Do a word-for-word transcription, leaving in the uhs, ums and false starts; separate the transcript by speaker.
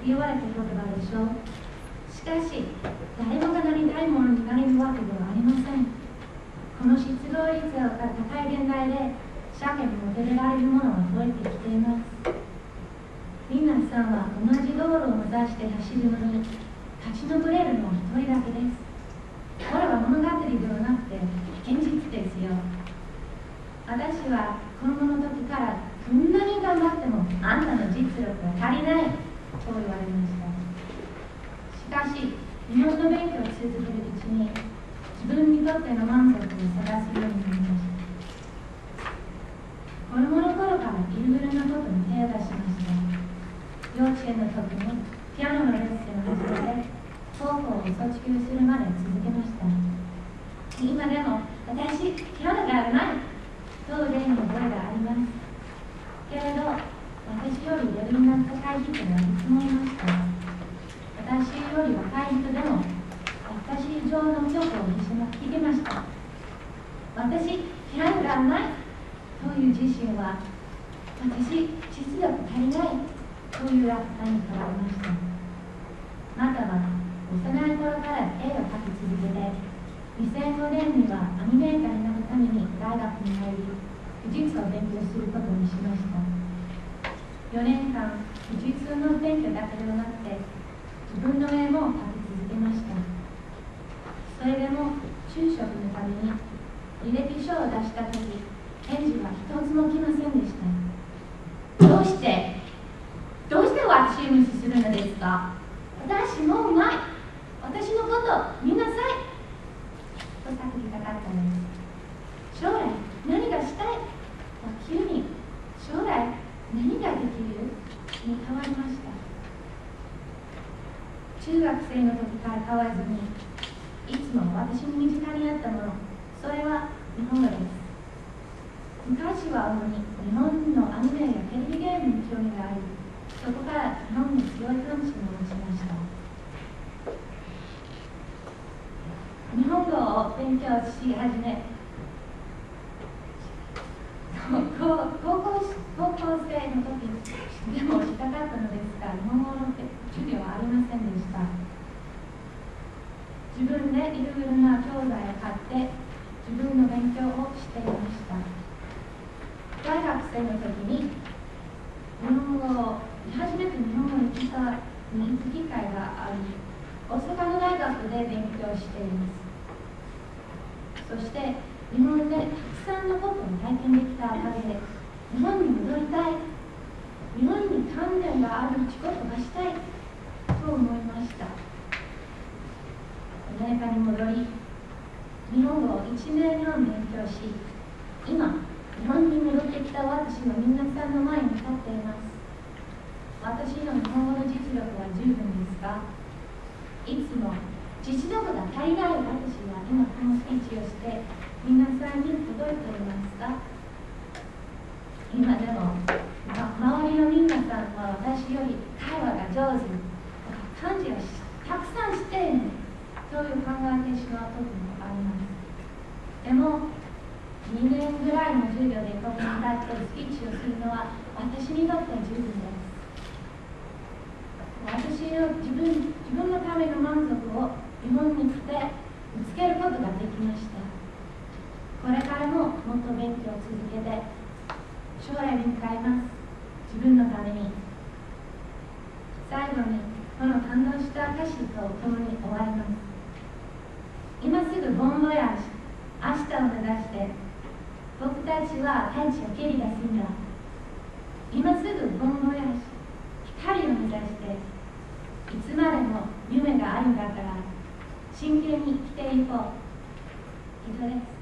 Speaker 1: 言われた言葉でしょう。しかし、誰もがなりたいものになれるわけではありません。この失業率が高い現代で、社会に求められるものは増えてきています。皆さんは同じ道路を目指して走るのに、立ち残れるのは一人だけです。これは物語ではなくて、現実ですよ。私は子供の時からどんなに頑張ってもあんたの実力が足りないと言われました。しかし、日本の勉強を続けるうちに自分にとっての満足を探すようになりました。子供の頃からいろいろなことに手を出しました。幼稚園の時にピアノのレッスンを始めて、高校を卒業するまで続けました。今でも私、ピアノがうまいと例の声があります。けれど、私よりレベルが高い人がいつもいました。私より若い人でも、私以上の曲を弾けました。私、ピアノがうまいという自信は、私、実力足りないという落胆に変わりました。または、幼い頃から絵を描き続けて、にせんごねんにはアニメーターになるために大学に入り、美術を勉強することにしました。よねんかん、美術の勉強だけではなくて、自分の絵も描き続けました。それでも、就職のために履歴書を出したとき、返事は一つも来ませんでした。どうしてどうして私を無視するのですか？私もうまい。私のことを見なさい。と叫びたかったのです。将来何がしたいは急に将来何ができるに変わりました。中学生の時から変わらずに、いつも私に身近にあったもの、それは日本語です。昔は主に日本のアニメやテレビゲームに興味があり、そこから日本に強い関心を持ちました。日本語を勉強し始め、高校、高校生の時でもしたかったのですが、日本語の授業はありませんでした。自分でいろいろな教材を買って自分の勉強をしていました。大学生の時に日本語を初めて日本語に来たに行く機会があり、大阪の大学で勉強しています。そして日本でたくさんのことを体験できたおかげで、日本に戻りたい、日本に関連がある仕事がしたいと思いました。アメリカに戻り、日本語をいちねんはん勉強し、今、日本に戻ってきた私の皆さんの前に立っています。私の日本語の実力は十分ですが、いつも実力が足りない私は今このスピーチをして皆さんに届いていますが、今でも、ま、周りの皆さんは私より会話が上手、漢字をたくさん知っているという考えてしまう時もあります。でもにねんぐらいの授業でここに立ってスピーチをするのは私にとって十分です。私の自分、自分のための満足を日本に来て見つけることができました。これからももっと勉強を続けて将来に向かいます。自分のために。最後にこの感動した歌詞と共に終わります。今すぐボンボヤージュ、明日を目指して僕たちは大地を蹴り出すんだ。今すぐボンボヤージュ、光を目指していつまでも夢があるんだから真剣に生きていこう。以上です。